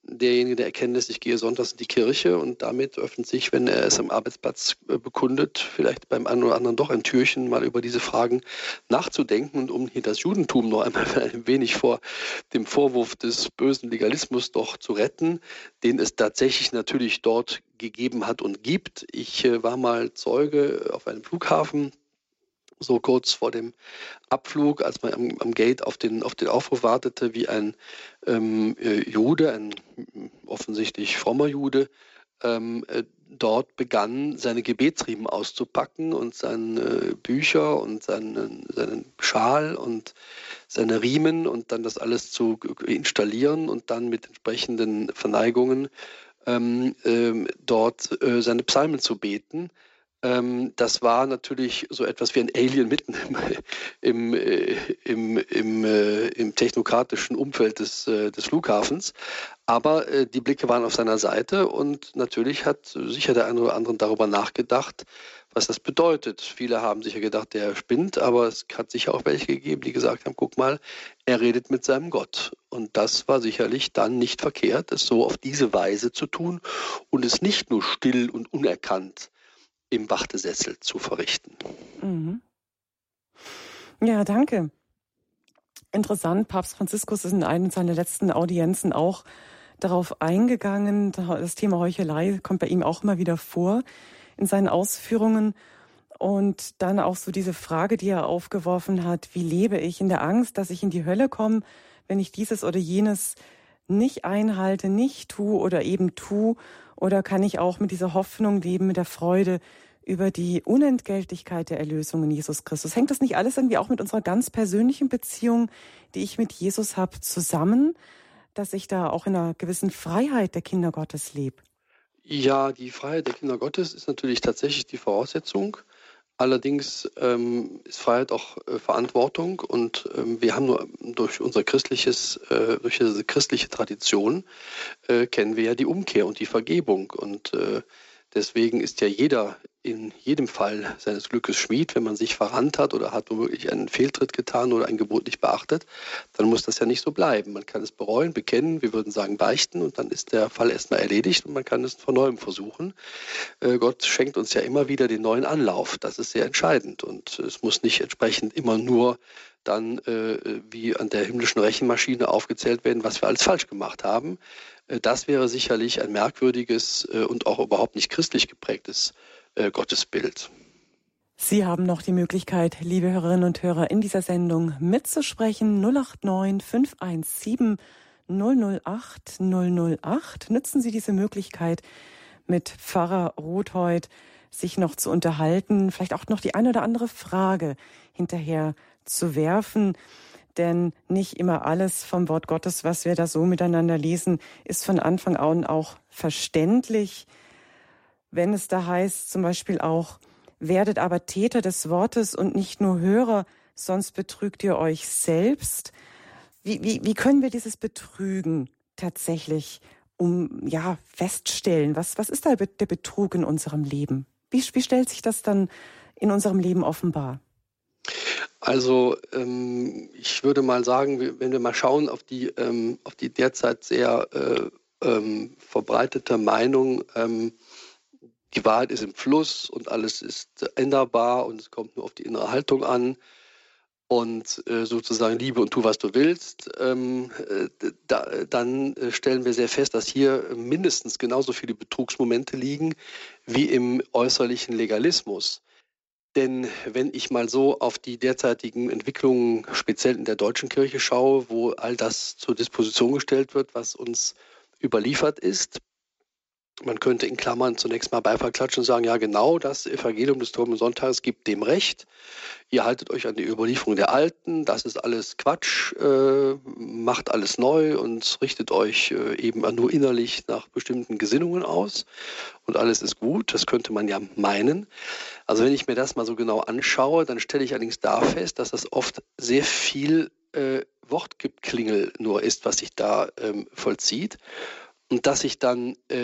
derjenige, der erkennen lässt, ich gehe sonntags in die Kirche und damit öffnet sich, wenn er es am Arbeitsplatz äh, bekundet, vielleicht beim einen oder anderen doch ein Türchen, mal über diese Fragen nachzudenken und um hier das Judentum noch einmal ein wenig vor dem Vorwurf des bösen Legalismus doch zu retten, den es tatsächlich natürlich dort gegeben hat und gibt. Ich äh, war mal Zeuge auf einem Flughafen, so kurz vor dem Abflug, als man am, am Gate auf den, auf den Aufruf wartete, wie ein ähm, äh, Jude, ein offensichtlich frommer Jude, ähm, äh, dort begann, seine Gebetsriemen auszupacken und seine Bücher und seinen, seinen Schal und seine Riemen und dann das alles zu installieren und dann mit entsprechenden Verneigungen ähm, ähm, dort äh, seine Psalmen zu beten. Ähm, das war natürlich so etwas wie ein Alien mitten im, im, äh, im, im, äh, im technokratischen Umfeld des, äh, des Flughafens. Aber äh, die Blicke waren auf seiner Seite und natürlich hat sicher der eine oder andere darüber nachgedacht, was das bedeutet. Viele haben sicher gedacht, der spinnt, aber es hat sicher auch welche gegeben, die gesagt haben, guck mal, er redet mit seinem Gott. Und das war sicherlich dann nicht verkehrt, es so auf diese Weise zu tun und es nicht nur still und unerkannt im Wartesessel zu verrichten. Mhm. Ja, danke. Interessant, Papst Franziskus ist in einer seiner letzten Audienzen auch darauf eingegangen. Das Thema Heuchelei kommt bei ihm auch immer wieder vor in seinen Ausführungen. Und dann auch so diese Frage, die er aufgeworfen hat, wie lebe ich in der Angst, dass ich in die Hölle komme, wenn ich dieses oder jenes nicht einhalte, nicht tue oder eben tue? Oder kann ich auch mit dieser Hoffnung leben, mit der Freude über die Unentgeltlichkeit der Erlösung in Jesus Christus? Hängt das nicht alles irgendwie auch mit unserer ganz persönlichen Beziehung, die ich mit Jesus habe, zusammen, dass ich da auch in einer gewissen Freiheit der Kinder Gottes lebe? Ja, die Freiheit der Kinder Gottes ist natürlich tatsächlich die Voraussetzung. Allerdings ähm, ist Freiheit auch äh, Verantwortung und ähm, wir haben nur durch unser christliches, äh, durch diese christliche Tradition äh, kennen wir ja die Umkehr und die Vergebung und äh, deswegen ist ja jeder in jedem Fall seines Glückes Schmied, wenn man sich verrannt hat oder hat womöglich einen Fehltritt getan oder ein Gebot nicht beachtet, dann muss das ja nicht so bleiben. Man kann es bereuen, bekennen, wir würden sagen beichten und dann ist der Fall erstmal erledigt und man kann es von neuem versuchen. Äh, Gott schenkt uns ja immer wieder den neuen Anlauf, das ist sehr entscheidend und es muss nicht entsprechend immer nur dann äh, wie an der himmlischen Rechenmaschine aufgezählt werden, was wir alles falsch gemacht haben. Äh, das wäre sicherlich ein merkwürdiges äh, und auch überhaupt nicht christlich geprägtes äh, Gottesbild. Sie haben noch die Möglichkeit, liebe Hörerinnen und Hörer, in dieser Sendung mitzusprechen. null acht neun fünf eins sieben null null acht null null acht. Nutzen Sie diese Möglichkeit, mit Pfarrer Rothold sich noch zu unterhalten, vielleicht auch noch die eine oder andere Frage hinterher zu werfen. Denn nicht immer alles vom Wort Gottes, was wir da so miteinander lesen, ist von Anfang an auch verständlich. Wenn es da heißt, zum Beispiel auch, werdet aber Täter des Wortes und nicht nur Hörer, sonst betrügt ihr euch selbst. Wie, wie, wie können wir dieses Betrügen tatsächlich um, ja, feststellen? Was, was ist da der Betrug in unserem Leben? Wie, wie stellt sich das dann in unserem Leben offenbar? Also ähm, ich würde mal sagen, wenn wir mal schauen auf die, ähm, auf die derzeit sehr äh, ähm, verbreitete Meinung, ähm, die Wahrheit ist im Fluss und alles ist änderbar und es kommt nur auf die innere Haltung an und äh, sozusagen liebe und tu, was du willst, ähm, äh, da, dann äh, stellen wir sehr fest, dass hier mindestens genauso viele Betrugsmomente liegen wie im äußerlichen Legalismus. Denn wenn ich mal so auf die derzeitigen Entwicklungen, speziell in der deutschen Kirche schaue, wo all das zur Disposition gestellt wird, was uns überliefert ist, man könnte in Klammern zunächst mal Beifall klatschen und sagen, ja genau, das Evangelium des Toten Sonntags gibt dem Recht. Ihr haltet euch an die Überlieferung der Alten, das ist alles Quatsch, äh, macht alles neu und richtet euch äh, eben nur innerlich nach bestimmten Gesinnungen aus und alles ist gut, das könnte man ja meinen. Also wenn ich mir das mal so genau anschaue, dann stelle ich allerdings da fest, dass das oft sehr viel äh, Wortgeklingel nur ist, was sich da ähm, vollzieht und dass sich dann äh,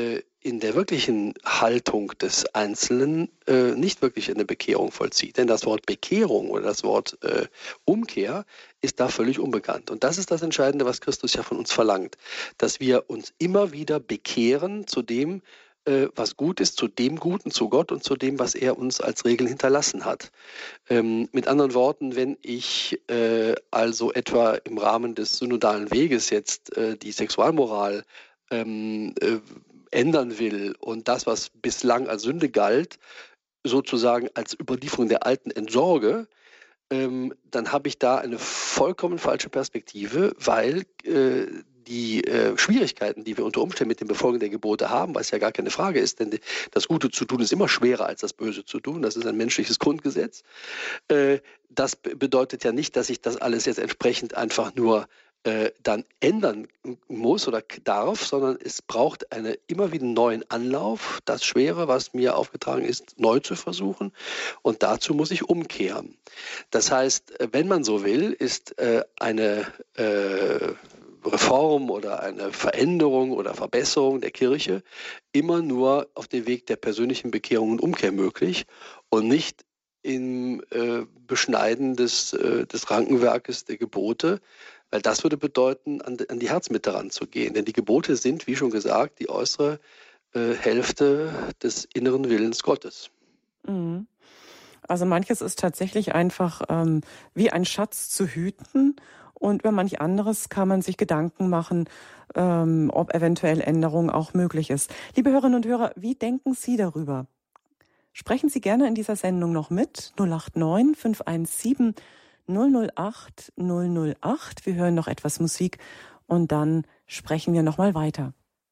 in der wirklichen Haltung des Einzelnen äh, nicht wirklich eine Bekehrung vollzieht. Denn das Wort Bekehrung oder das Wort äh, Umkehr ist da völlig unbekannt. Und das ist das Entscheidende, was Christus ja von uns verlangt, dass wir uns immer wieder bekehren zu dem, äh, was gut ist, zu dem Guten, zu Gott und zu dem, was er uns als Regel hinterlassen hat. Ähm, mit anderen Worten, wenn ich äh, also etwa im Rahmen des synodalen Weges jetzt äh, die Sexualmoral ähm, äh, ändern will und das, was bislang als Sünde galt, sozusagen als Überlieferung der Alten entsorge, ähm, dann habe ich da eine vollkommen falsche Perspektive, weil äh, die äh, Schwierigkeiten, die wir unter Umständen mit dem Befolgen der Gebote haben, was ja gar keine Frage ist, denn das Gute zu tun ist immer schwerer als das Böse zu tun, das ist ein menschliches Grundgesetz. Äh, das bedeutet ja nicht, dass ich das alles jetzt entsprechend einfach nur äh, dann ändern muss oder darf, sondern es braucht einen immer wieder neuen Anlauf, das Schwere, was mir aufgetragen ist, neu zu versuchen, und dazu muss ich umkehren. Das heißt, wenn man so will, ist äh, eine äh, Reform oder eine Veränderung oder Verbesserung der Kirche immer nur auf dem Weg der persönlichen Bekehrung und Umkehr möglich und nicht im äh, Beschneiden des, äh, des Rankenwerkes der Gebote, weil das würde bedeuten, an, an die Herzmitte ranzugehen. Denn die Gebote sind, wie schon gesagt, die äußere äh, Hälfte des inneren Willens Gottes. Mhm. Also manches ist tatsächlich einfach ähm, wie ein Schatz zu hüten, und über manch anderes kann man sich Gedanken machen, ähm, ob eventuell Änderung auch möglich ist. Liebe Hörerinnen und Hörer, wie denken Sie darüber? Sprechen Sie gerne in dieser Sendung noch mit. null acht neun fünf eins sieben null null acht null null acht. Wir hören noch etwas Musik und dann sprechen wir nochmal weiter.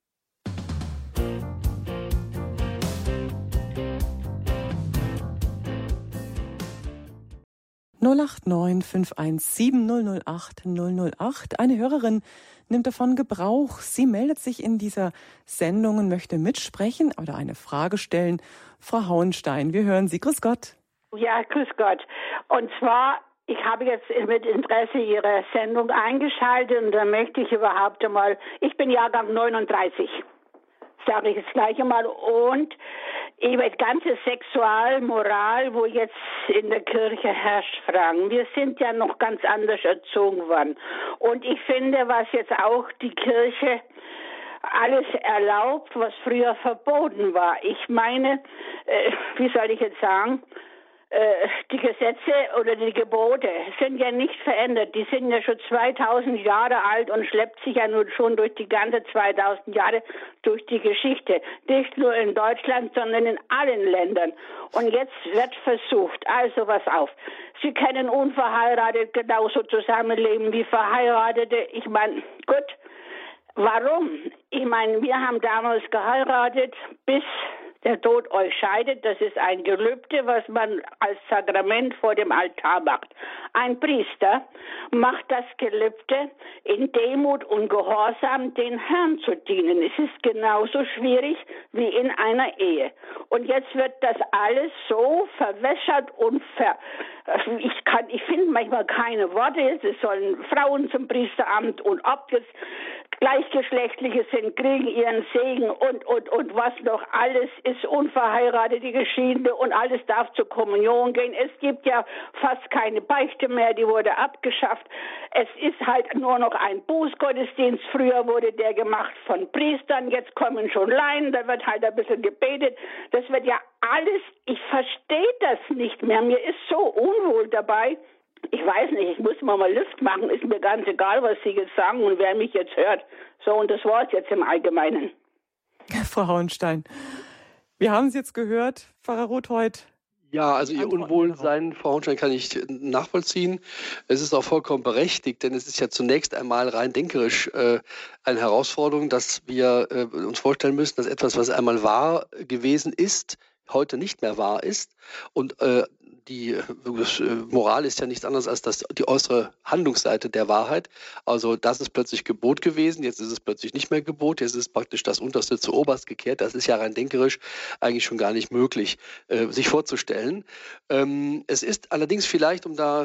null acht neun fünf eins sieben null null acht null null acht. Eine Hörerin nimmt davon Gebrauch. Sie meldet sich in dieser Sendung und möchte mitsprechen oder eine Frage stellen. Frau Hauenstein, wir hören Sie. Grüß Gott. Ja, grüß Gott. Und zwar, ich habe jetzt mit Interesse Ihre Sendung eingeschaltet und da möchte ich überhaupt einmal, ich bin Jahrgang neununddreißig, sage ich jetzt gleich einmal, und über die ganze Sexualmoral, wo jetzt in der Kirche herrscht, fragen. Wir sind ja noch ganz anders erzogen worden. Und ich finde, was jetzt auch die Kirche alles erlaubt, was früher verboten war. Ich meine, äh, wie soll ich jetzt sagen, äh, die Gesetze oder die Gebote sind ja nicht verändert. Die sind ja schon zweitausend Jahre alt und schleppt sich ja nun schon durch die ganze zweitausend Jahre durch die Geschichte. Nicht nur in Deutschland, sondern in allen Ländern. Und jetzt wird versucht, also was auf. Sie können unverheiratet genauso zusammenleben wie Verheiratete. Ich meine, gut. Warum? Ich meine, wir haben damals geheiratet, bis der Tod euch scheidet. Das ist ein Gelübde, was man als Sakrament vor dem Altar macht. Ein Priester macht das Gelübde in Demut und Gehorsam, den Herrn zu dienen. Es ist genauso schwierig wie in einer Ehe. Und jetzt wird das alles so verwässert und ver... Ich kann, ich finde manchmal keine Worte. Es sollen Frauen zum Priesteramt und ob jetzt Gleichgeschlechtliche sind, kriegen ihren Segen und, und, und was noch alles ist, unverheiratete, Geschiedene und alles darf zur Kommunion gehen. Es gibt ja fast keine Beichte mehr, die wurde abgeschafft. Es ist halt nur noch ein Bußgottesdienst. Früher wurde der gemacht von Priestern, jetzt kommen schon Laien, da wird halt ein bisschen gebetet. Das wird ja alles, ich verstehe das nicht mehr, mir ist so unwohl dabei. Ich weiß nicht, ich muss mal mal Luft machen, ist mir ganz egal, was Sie jetzt sagen und wer mich jetzt hört. So, und das war's jetzt im Allgemeinen. Frau Hauenstein, wir haben es jetzt gehört, Pfarrer Rotheuth. Ja, also Ihr Unwohlsein, Frau Hauenstein, kann ich nachvollziehen. Es ist auch vollkommen berechtigt, denn es ist ja zunächst einmal rein denkerisch äh, eine Herausforderung, dass wir äh, uns vorstellen müssen, dass etwas, was einmal wahr gewesen ist, heute nicht mehr wahr ist. Und äh, die das, äh, Moral ist ja nichts anderes als das, die äußere Handlungsseite der Wahrheit. Also das ist plötzlich Gebot gewesen, jetzt ist es plötzlich nicht mehr Gebot, jetzt ist es praktisch das Unterste zu Oberst gekehrt. Das ist ja rein denkerisch eigentlich schon gar nicht möglich, äh, sich vorzustellen. Ähm, es ist allerdings vielleicht, um da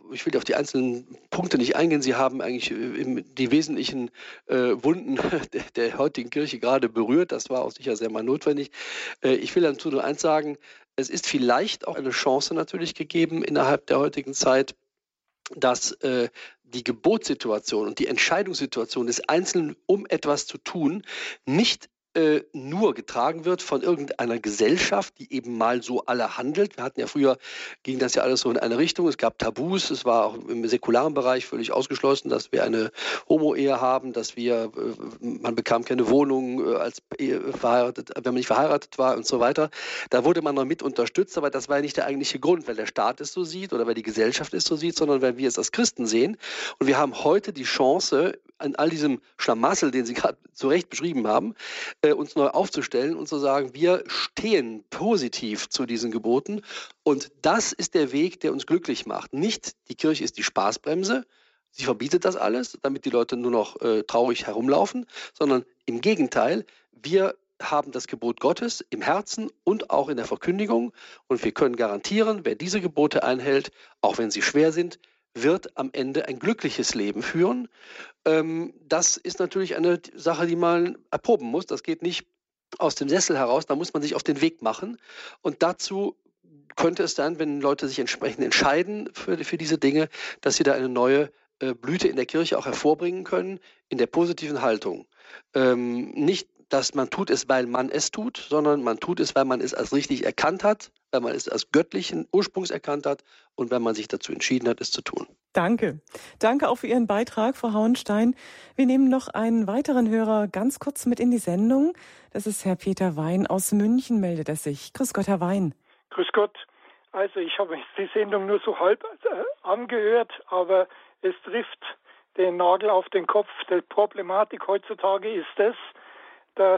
ich will auf die einzelnen Punkte nicht eingehen. Sie haben eigentlich die wesentlichen äh, Wunden der, der heutigen Kirche gerade berührt. Das war auch sicher sehr mal notwendig. Äh, ich will dazu nur eins sagen, es ist vielleicht auch eine Chance natürlich gegeben innerhalb der heutigen Zeit, dass äh, die Gebotssituation und die Entscheidungssituation des Einzelnen, um etwas zu tun, nicht äh, nur getragen wird von irgendeiner Gesellschaft, die eben mal so alle handelt. Wir hatten ja früher, ging das ja alles so in eine Richtung, es gab Tabus, es war auch im säkularen Bereich völlig ausgeschlossen, dass wir eine Homo-Ehe haben, dass wir, äh, man bekam keine Wohnung äh, als Ehe, verheiratet, wenn man nicht verheiratet war und so weiter. Da wurde man noch mit unterstützt, aber das war ja nicht der eigentliche Grund, weil der Staat es so sieht oder weil die Gesellschaft es so sieht, sondern weil wir es als Christen sehen. Und wir haben heute die Chance, an all diesem Schlamassel, den Sie gerade zu Recht beschrieben haben, äh, uns neu aufzustellen und zu sagen, wir stehen positiv zu diesen Geboten. Und das ist der Weg, der uns glücklich macht. Nicht die Kirche ist die Spaßbremse, sie verbietet das alles, damit die Leute nur noch äh, traurig herumlaufen, sondern im Gegenteil, wir haben das Gebot Gottes im Herzen und auch in der Verkündigung. Und wir können garantieren, wer diese Gebote einhält, auch wenn sie schwer sind, wird am Ende ein glückliches Leben führen. Ähm, das ist natürlich eine Sache, die man erproben muss. Das geht nicht aus dem Sessel heraus, da muss man sich auf den Weg machen. Und dazu könnte es dann, wenn Leute sich entsprechend entscheiden für, für diese Dinge, dass sie da eine neue äh, Blüte in der Kirche auch hervorbringen können, in der positiven Haltung. Ähm, nicht, dass man tut es, weil man es tut, sondern man tut es, weil man es als richtig erkannt hat, weil man es als göttlichen Ursprungs erkannt hat und weil man sich dazu entschieden hat, es zu tun. Danke. Danke auch für Ihren Beitrag, Frau Hauenstein. Wir nehmen noch einen weiteren Hörer ganz kurz mit in die Sendung. Das ist Herr Peter Wein aus München, meldet er sich. Grüß Gott, Herr Wein. Grüß Gott. Also ich habe die Sendung nur so halb äh, angehört, aber es trifft den Nagel auf den Kopf. Die Problematik heutzutage ist es, dass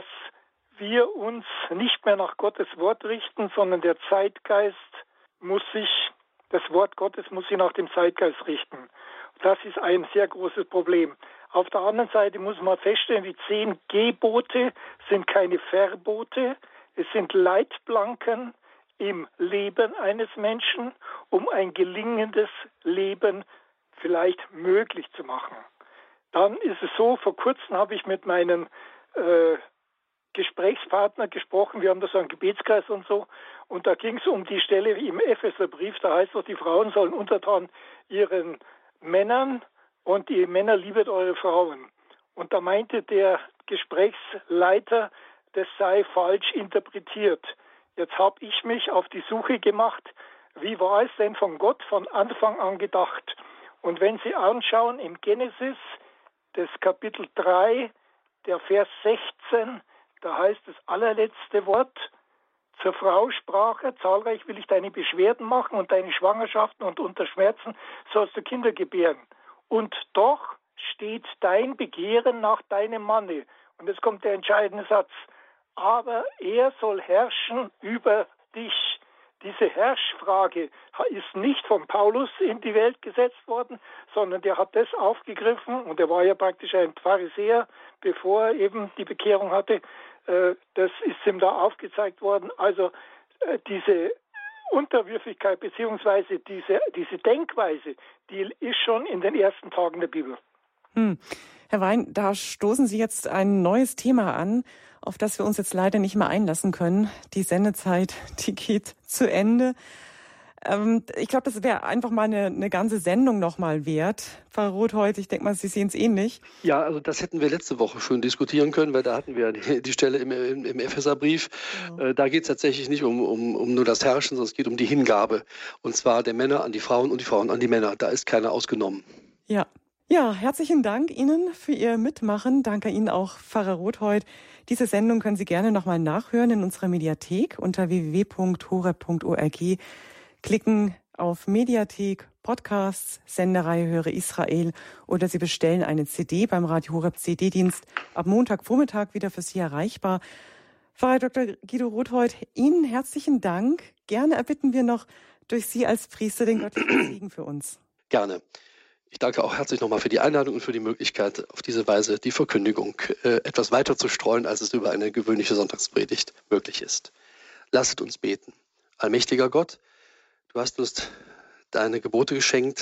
wir uns nicht mehr nach Gottes Wort richten, sondern der Zeitgeist muss sich, das Wort Gottes muss sich nach dem Zeitgeist richten. Das ist ein sehr großes Problem. Auf der anderen Seite muss man feststellen, die zehn Gebote sind keine Verbote, es sind Leitplanken im Leben eines Menschen, um ein gelingendes Leben vielleicht möglich zu machen. Dann ist es so, vor kurzem habe ich mit meinem äh, Gesprächspartner gesprochen, wir haben da so einen Gebetskreis und so, und da ging es um die Stelle im Epheserbrief, da heißt es, die Frauen sollen untertan ihren Männern und die Männer liebet eure Frauen. Und da meinte der Gesprächsleiter, das sei falsch interpretiert. Jetzt habe ich mich auf die Suche gemacht, wie war es denn von Gott von Anfang an gedacht? Und wenn Sie anschauen, im Genesis, das Kapitel drei, der Vers sechzehn, da heißt das allerletzte Wort, zur Frau sprach er, zahlreich will ich deine Beschwerden machen und deine Schwangerschaften und unter Schmerzen sollst du Kinder gebären. Und doch steht dein Begehren nach deinem Manne. Und jetzt kommt der entscheidende Satz. Aber er soll herrschen über dich. Diese Herrschfrage ist nicht von Paulus in die Welt gesetzt worden, sondern der hat das aufgegriffen, und er war ja praktisch ein Pharisäer, bevor er eben die Bekehrung hatte. Das ist ihm da aufgezeigt worden. Also diese Unterwürfigkeit beziehungsweise diese, diese Denkweise, die ist schon in den ersten Tagen der Bibel. Hm. Herr Wein, da stoßen Sie jetzt ein neues Thema an, auf das wir uns jetzt leider nicht mehr einlassen können. Die Sendezeit, die geht zu Ende. Ähm, ich glaube, das wäre einfach mal eine, eine ganze Sendung noch mal wert. Pfarrer Rothold, ich denke mal, Sie sehen es ähnlich. Ja, also das hätten wir letzte Woche schon diskutieren können, weil da hatten wir die, die Stelle im, im, im Epheserbrief. Ja. Äh, da geht es tatsächlich nicht um, um, um nur das Herrschen, sondern es geht um die Hingabe. Und zwar der Männer an die Frauen und die Frauen an die Männer. Da ist keiner ausgenommen. Ja. Ja, herzlichen Dank Ihnen für Ihr Mitmachen. Danke Ihnen auch, Pfarrer Rothold. Diese Sendung können Sie gerne nochmal nachhören in unserer Mediathek unter w w w punkt horeb punkt org. Klicken auf Mediathek, Podcasts, Sendereihe Höre Israel, oder Sie bestellen eine C D beim Radio Horeb C D-Dienst. Ab Montagvormittag wieder für Sie erreichbar. Pfarrer Doktor Guido Rothold, Ihnen herzlichen Dank. Gerne erbitten wir noch durch Sie als Priester den göttlichen Segen für uns. Gerne. Ich danke auch herzlich nochmal für die Einladung und für die Möglichkeit, auf diese Weise die Verkündigung äh, etwas weiter zu streuen, als es über eine gewöhnliche Sonntagspredigt möglich ist. Lasset uns beten. Allmächtiger Gott, du hast uns deine Gebote geschenkt,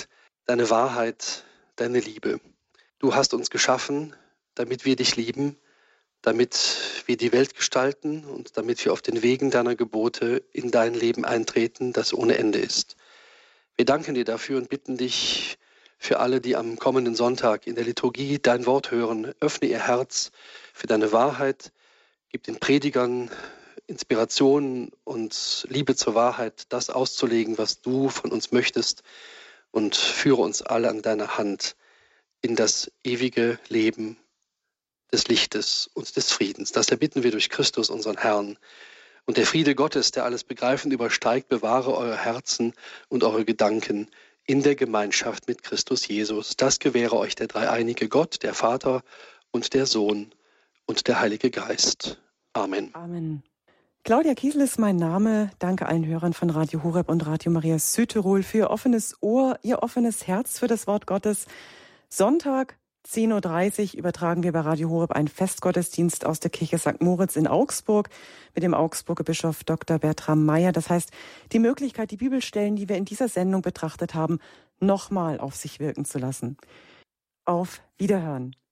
deine Wahrheit, deine Liebe. Du hast uns geschaffen, damit wir dich lieben, damit wir die Welt gestalten und damit wir auf den Wegen deiner Gebote in dein Leben eintreten, das ohne Ende ist. Wir danken dir dafür und bitten dich für alle, die am kommenden Sonntag in der Liturgie dein Wort hören. Öffne ihr Herz für deine Wahrheit, gib den Predigern Inspiration und Liebe zur Wahrheit, das auszulegen, was du von uns möchtest, und führe uns alle an deiner Hand in das ewige Leben des Lichtes und des Friedens. Das erbitten wir durch Christus, unseren Herrn. Und der Friede Gottes, der alles Begreifen übersteigt, bewahre eure Herzen und eure Gedanken in der Gemeinschaft mit Christus Jesus. Das gewähre euch der dreieinige Gott, der Vater und der Sohn und der Heilige Geist. Amen. Amen. Claudia Kiesel ist mein Name. Danke allen Hörern von Radio Horeb und Radio Maria Südtirol für ihr offenes Ohr, ihr offenes Herz für das Wort Gottes. Sonntag, zehn Uhr dreißig, übertragen wir bei Radio Horeb einen Festgottesdienst aus der Kirche Sankt Moritz in Augsburg mit dem Augsburger Bischof Doktor Bertram Meyer. Das heißt, die Möglichkeit, die Bibelstellen, die wir in dieser Sendung betrachtet haben, nochmal auf sich wirken zu lassen. Auf Wiederhören.